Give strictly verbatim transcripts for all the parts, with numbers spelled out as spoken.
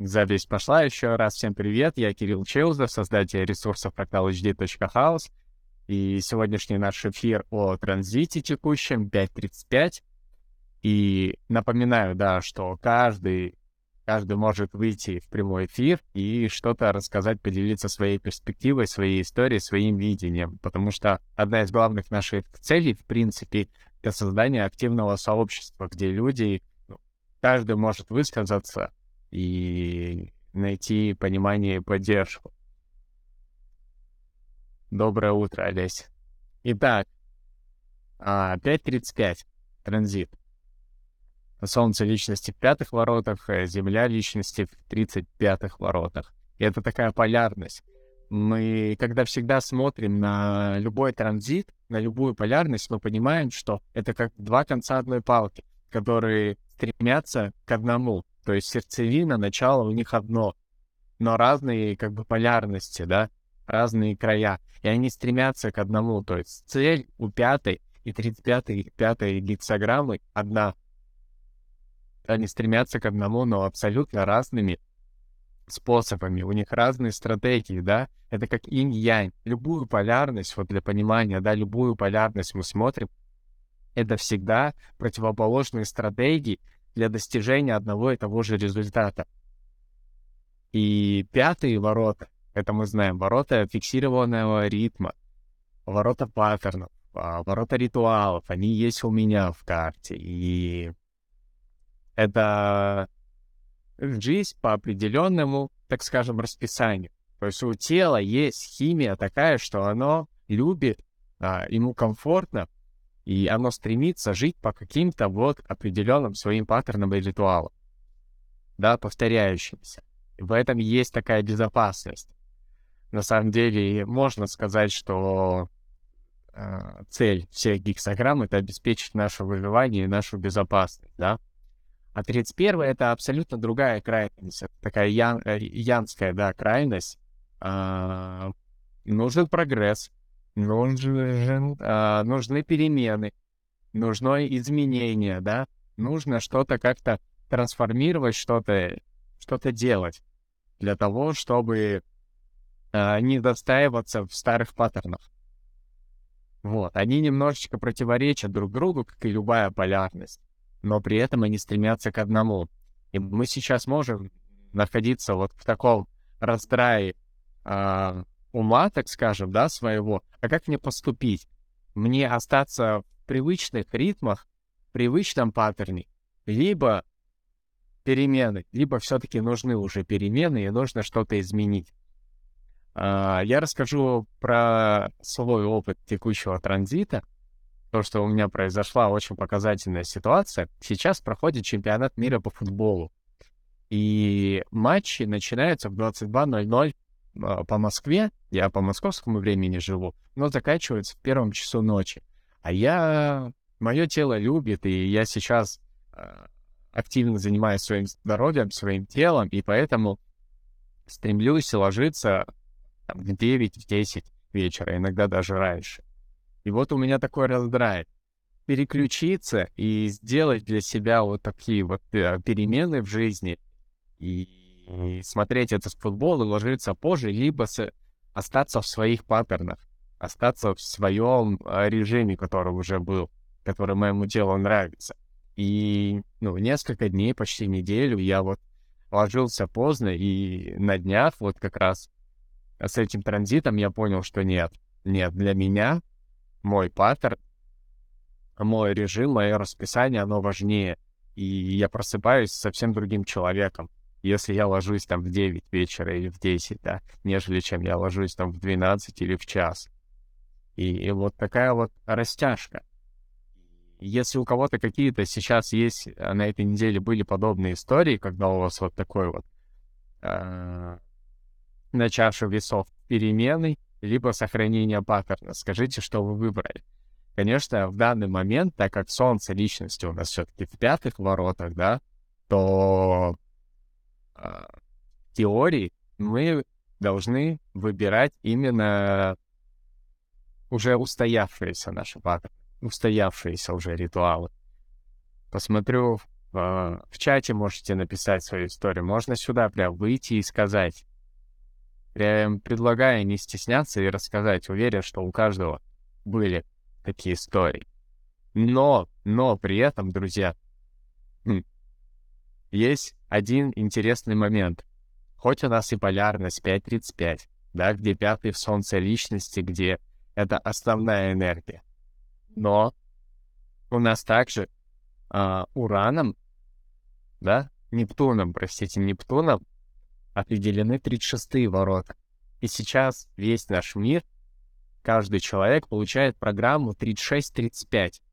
Запись пошла. Еще раз всем привет. Я Кирилл Челзов, создатель ресурсов фрактал эйч ди точка хаус. И сегодняшний наш эфир о транзите текущем пять тридцать пять. И напоминаю, да, что каждый, каждый может выйти в прямой эфир и что-то рассказать, поделиться своей перспективой, своей историей, своим видением. Потому что одна из главных наших целей, в принципе, это создание активного сообщества, где люди, ну, каждый может высказаться и найти понимание и поддержку. Доброе утро, Олесь. Итак, а, пять тридцать пять. Транзит. Солнце личности в пятых воротах, э, Земля личности в тридцать пятых воротах. И это такая полярность. Мы, когда всегда смотрим на любой транзит, на любую полярность, мы понимаем, что это как два конца одной палки, которые стремятся к одному. То есть сердцевина, начало у них одно, но разные как бы полярности, да, разные края. И они стремятся к одному. То есть цель у пятой и тридцать пятой, пятой гексаграммы одна. Они стремятся к одному, но абсолютно разными способами. У них разные стратегии, да. Это как инь-янь. Любую полярность, вот для понимания, да, любую полярность мы смотрим, это всегда противоположные стратегии для достижения одного и того же результата. И пятые ворота, это мы знаем, ворота фиксированного ритма, ворота паттернов, а, ворота ритуалов, они есть у меня в карте. И это жизнь по определенному, так скажем, расписанию. То есть у тела есть химия такая, что оно любит, а, ему комфортно, и оно стремится жить по каким-то вот определенным своим паттернам и ритуалам, да, повторяющимся. В этом есть такая безопасность. На самом деле, можно сказать, что э, цель всех гексаграмм — это обеспечить наше выживание и нашу безопасность, да. А тридцать первая — это абсолютно другая крайность. Это такая ян, э, янская, да, крайность. А, нужен прогресс, нужен, а, нужны перемены, нужно изменение, да. Нужно что-то как-то трансформировать, что-то, что-то делать для того, чтобы а, не достаиваться в старых паттернах. Вот. Они немножечко противоречат друг другу, как и любая полярность, но при этом они стремятся к одному. И мы сейчас можем находиться вот в таком раздрае а, ума, так скажем, да, своего. А как мне поступить? Мне остаться в привычных ритмах, в привычном паттерне, либо перемены, либо все-таки нужны уже перемены, и нужно что-то изменить. А, я расскажу про свой опыт текущего транзита. То, что у меня произошла очень показательная ситуация. Сейчас проходит чемпионат мира по футболу. И матчи начинаются в двадцать два ноль ноль а, по Москве. Я по московскому времени живу, но заканчиваются в первом часу ночи. А я... Мое тело любит, и я сейчас а, активно занимаюсь своим здоровьем, своим телом, и поэтому стремлюсь ложиться там, в девять-десять вечера, иногда даже раньше. И вот у меня такой раздрай. Переключиться и сделать для себя вот такие вот э, перемены в жизни, и, и смотреть этот футбол и ложиться позже, либо с, остаться в своих паттернах, остаться в своем э, режиме, который уже был, который моему телу нравится. И, ну, несколько дней, почти неделю я вот ложился поздно, и на днях вот как раз с этим транзитом я понял, что нет, нет, для меня мой паттерн, мой режим, мое расписание, оно важнее. И я просыпаюсь совсем другим человеком, если я ложусь там в девять вечера или в десять, да, нежели чем я ложусь там в двенадцать или в час. И, и вот такая вот растяжка. Если у кого-то какие-то сейчас есть, а, на этой неделе были подобные истории, когда у вас вот такой вот э, на чаше весов перемены, либо сохранение паттерна, скажите, что вы выбрали. Конечно, в данный момент, так как Солнце личности у нас все-таки в пятых воротах, да, то э, в теории мы должны выбирать именно уже устоявшиеся наши паттерны, устоявшиеся уже ритуалы. Посмотрю в, в чате можете написать свою историю. Можно сюда прям выйти и сказать. Прям предлагаю не стесняться и рассказать. Уверен, что у каждого были такие истории. Но, но при этом, друзья, хм, есть один интересный момент. Хоть у нас и полярность пять тридцать пять, да, где пятый в Солнце личности, где это основная энергия. Но у нас также а, Ураном, да, Нептуном, простите, Нептуном определены тридцать шестые ворота. И сейчас весь наш мир, каждый человек получает программу тридцать шесть тридцать пять.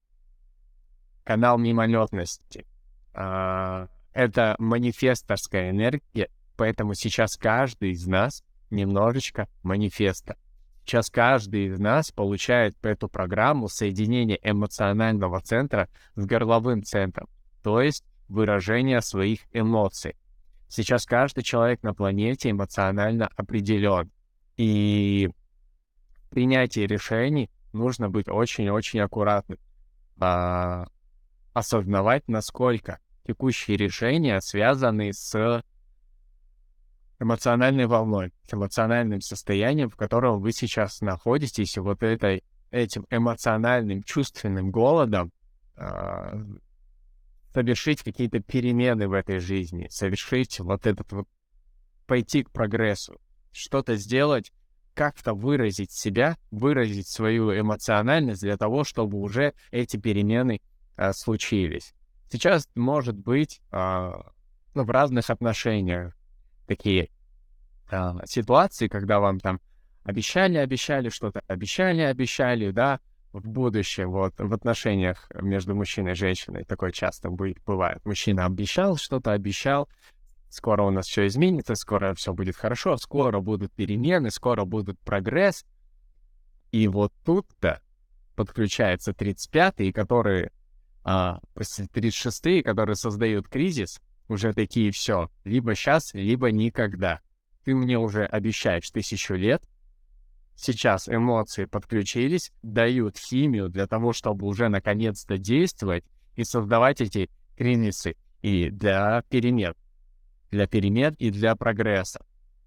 Канал мимолетности. А, это манифесторская энергия, поэтому сейчас каждый из нас немножечко манифестор. Сейчас каждый из нас получает эту программу соединения эмоционального центра с горловым центром, то есть выражение своих эмоций. Сейчас каждый человек на планете эмоционально определен. И в принятии решений нужно быть очень-очень аккуратным. А, осознавать, насколько текущие решения связаны с эмоциональной волной, с эмоциональным состоянием, в котором вы сейчас находитесь, и вот этой, этим эмоциональным, чувственным голодом э, совершить какие-то перемены в этой жизни, совершить вот этот вот, пойти к прогрессу, что-то сделать, как-то выразить себя, выразить свою эмоциональность для того, чтобы уже эти перемены э, случились. Сейчас может быть э, ну, в разных отношениях такие э, ситуации, когда вам там обещали, обещали, что-то обещали, обещали, да, в будущем, вот, в отношениях между мужчиной и женщиной такое часто бывает. Мужчина обещал, что-то обещал, скоро у нас все изменится, скоро все будет хорошо, скоро будут перемены, скоро будет прогресс. И вот тут-то подключается тридцать пятые, которые, а, тридцать шестые, которые создают кризис, уже такие все, либо сейчас, либо никогда. Ты мне уже обещаешь тысячу лет, сейчас эмоции подключились, дают химию для того, чтобы уже наконец-то действовать и создавать эти кризисы и для перемен. Для перемен и для прогресса.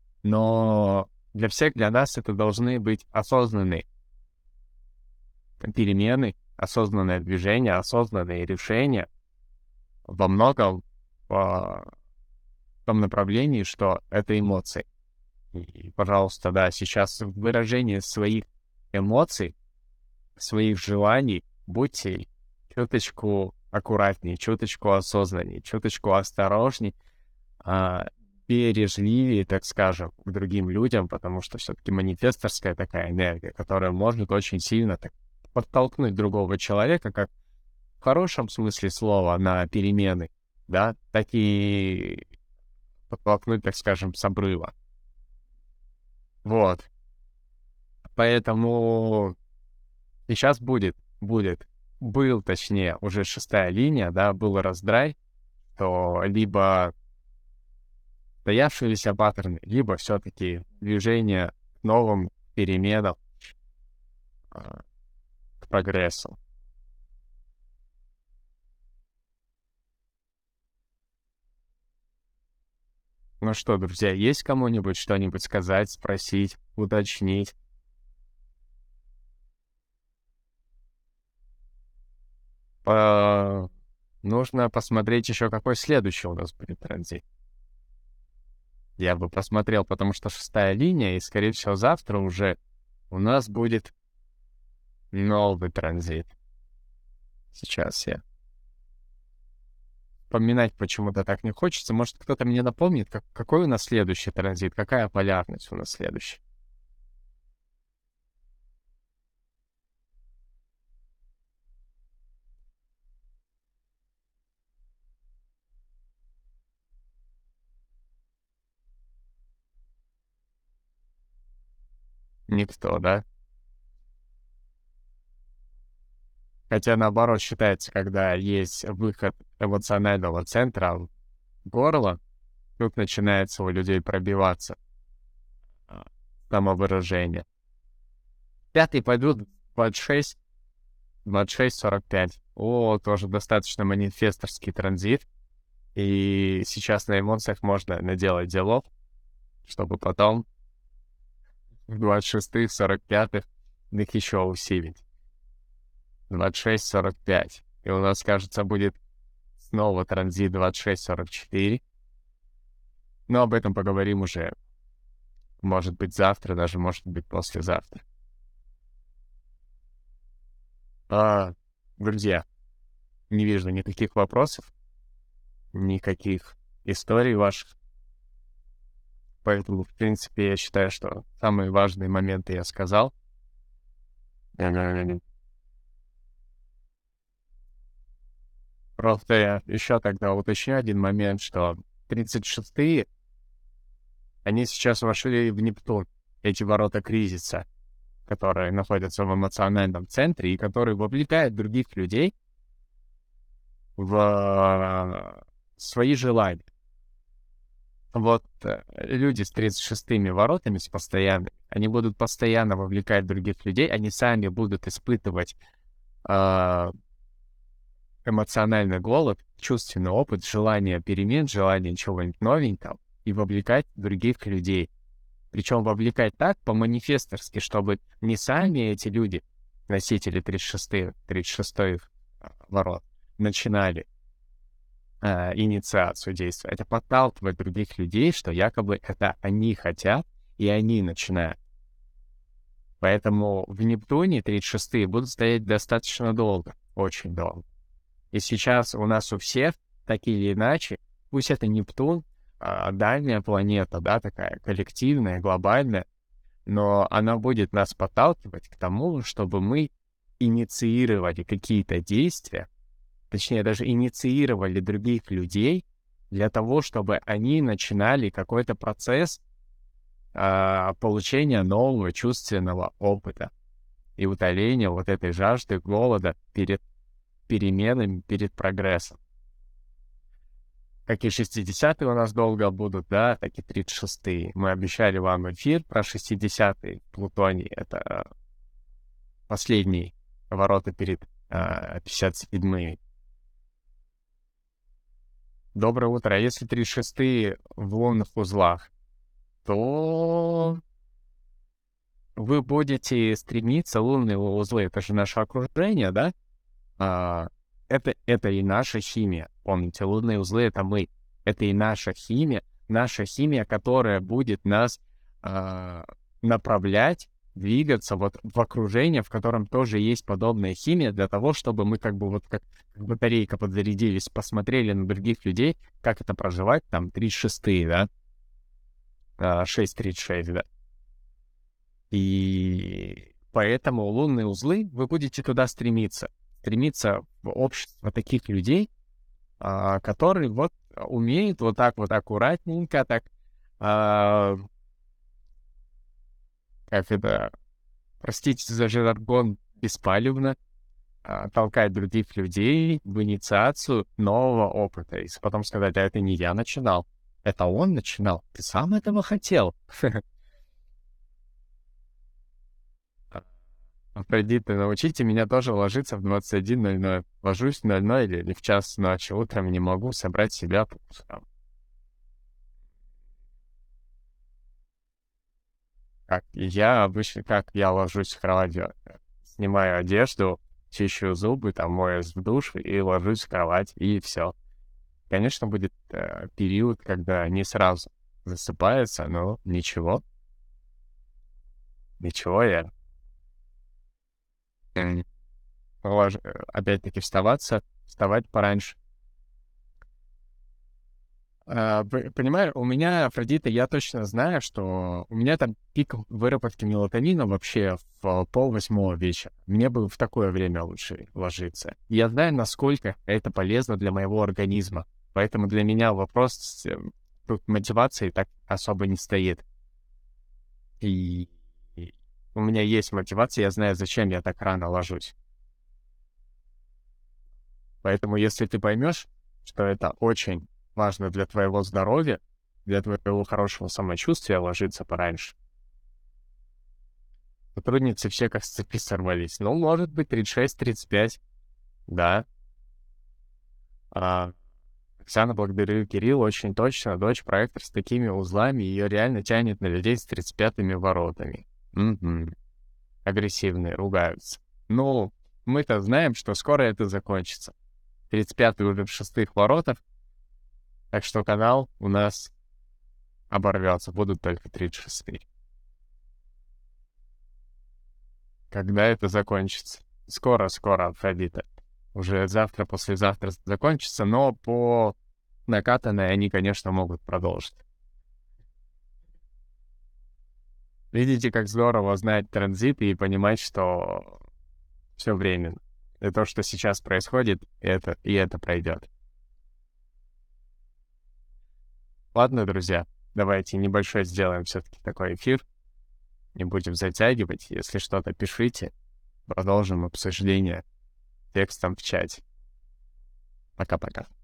Но для всех, для нас это должны быть осознанные перемены, осознанное движение, осознанные решения во многом в том направлении, что это эмоции. И, пожалуйста, да, сейчас в выражении своих эмоций, своих желаний будьте чуточку аккуратнее, чуточку осознаннее, чуточку осторожнее, а, бережливее, так скажем, к другим людям, потому что все-таки манифесторская такая энергия, которая может очень сильно так подтолкнуть другого человека, как в хорошем смысле слова, на перемены, да, так и подтолкнуть, так скажем, с обрыва. Вот. Поэтому сейчас будет, будет, был, точнее, уже шестая линия, да, был раздрай, то либо стоявшиеся паттерны, либо все-таки движение к новым переменам, к прогрессу. Ну что, друзья, есть кому-нибудь что-нибудь сказать, спросить, уточнить? По... Нужно посмотреть еще, какой следующий у нас будет транзит. Я бы посмотрел, потому что шестая линия, и, скорее всего, завтра уже у нас будет новый транзит. Сейчас я... Вспоминать почему-то так не хочется. Может, кто-то мне напомнит, как, какой у нас следующий транзит, какая полярность у нас следующая? Никто, да? Хотя, наоборот, считается, когда есть выход эмоционального центра в горло, тут начинается у людей пробиваться а, самовыражение. Пятый пойдут двадцать шесть, двадцать шесть сорок пять. О, тоже достаточно манифесторский транзит. И сейчас на эмоциях можно наделать делов, чтобы потом в двадцать шестых, сорок пятых их еще усилить. двадцать шесть сорок пять. И у нас, кажется, будет снова транзит двадцать шесть сорок четыре. Но об этом поговорим уже, может быть, завтра, даже может быть, послезавтра. А, друзья, не вижу никаких вопросов, никаких историй ваших. Поэтому, в принципе, я считаю, что самые важные моменты я сказал. Просто я еще тогда уточню один момент, что тридцать шестые, они сейчас вошли в Нептун, эти ворота кризиса, которые находятся в эмоциональном центре и которые вовлекают других людей в свои желания. Вот э, люди с тридцать шестыми воротами, с постоянными, они будут постоянно вовлекать других людей, они сами будут испытывать э, эмоциональный голод, чувственный опыт, желание перемен, желание чего-нибудь новенького и вовлекать других людей. Причем вовлекать так, по-манифесторски, чтобы не сами эти люди, носители тридцать шестых, тридцать шестых ворот, начинали э, инициацию действия. Это подталкивает других людей, что якобы это они хотят, и они начинают. Поэтому в Нептуне тридцать шестые будут стоять достаточно долго, очень долго. И сейчас у нас у всех, так или иначе, пусть это Нептун, э, дальняя планета, да, такая коллективная, глобальная, но она будет нас подталкивать к тому, чтобы мы инициировали какие-то действия, точнее, даже инициировали других людей для того, чтобы они начинали какой-то процесс а, получения нового чувственного опыта и утоления вот этой жажды, голода перед переменами, перед прогрессом. Как и шестидесятые у нас долго будут, да, так и тридцать шестые. Мы обещали вам эфир про шестидесятые в Плутоне. Это последние ворота перед а, пятьдесят седьмыми. Доброе утро. А если тридцать шестые в лунных узлах, то вы будете стремиться, лунные узлы, это же наше окружение, да? А, это, это и наша химия. Помните, лунные узлы — это мы. Это и наша химия, наша химия, которая будет нас а, направлять, двигаться вот в окружение, в котором тоже есть подобная химия, для того, чтобы мы как бы вот как батарейка подзарядились, посмотрели на других людей, как это проживать, там, тридцать шестые, да, а, шесть тридцать шесть, да. И поэтому лунные узлы, вы будете туда стремиться, стремиться в общество таких людей, а, которые вот умеют вот так вот аккуратненько, так, а, как это, простите за жаргон, беспалевно а, толкать других людей в инициацию нового опыта. И потом сказать: а это не я начинал, это он начинал, ты сам этого хотел. Афродиты, научите меня тоже ложиться в двадцать один ноль ноль. Ложусь в ноль ноль или в час ночи, утром не могу собрать себя по кускам. Как я обычно, как я ложусь в кровать, я снимаю одежду, чищу зубы, там, моюсь в душ и ложусь в кровать, и все. Конечно, будет э, период, когда не сразу засыпается, но ничего. Ничего, я м, лож- э, опять-таки вставаться, вставать пораньше. А, п- понимаю, у меня, Афродита, я точно знаю, что у меня там пик выработки мелатонина вообще в пол восьмого вечера. Мне бы в такое время лучше ложиться. Я знаю, насколько это полезно для моего организма. Поэтому для меня вопрос с, э, тут мотивации так особо не стоит. И, и у меня есть мотивация, я знаю, зачем я так рано ложусь. Поэтому если ты поймешь, что это очень важно для твоего здоровья, для твоего хорошего самочувствия ложиться пораньше. Сотрудницы все как с цепи сорвались. Ну, может быть, тридцать шесть тридцать пять, да. А, Оксана, благодарю, Кирилл, очень точно. Дочь проектор с такими узлами, ее реально тянет на людей с тридцать пятыми воротами. Мгм. Агрессивные, ругаются. Ну, мы-то знаем, что скоро это закончится. тридцать пятый уже в шестых воротах, так что канал у нас оборвется, будут только тридцать шестые. Когда это закончится? Скоро-скоро, Афродита. Уже завтра, послезавтра закончится, но по накатанной они, конечно, могут продолжить. Видите, как здорово знать транзит и понимать, что все временно. И то, что сейчас происходит, это, и это пройдет. Ладно, друзья, давайте небольшой сделаем все-таки такой эфир. Не будем затягивать. Если что-то, пишите. Продолжим обсуждение текстом в чате. Пока-пока.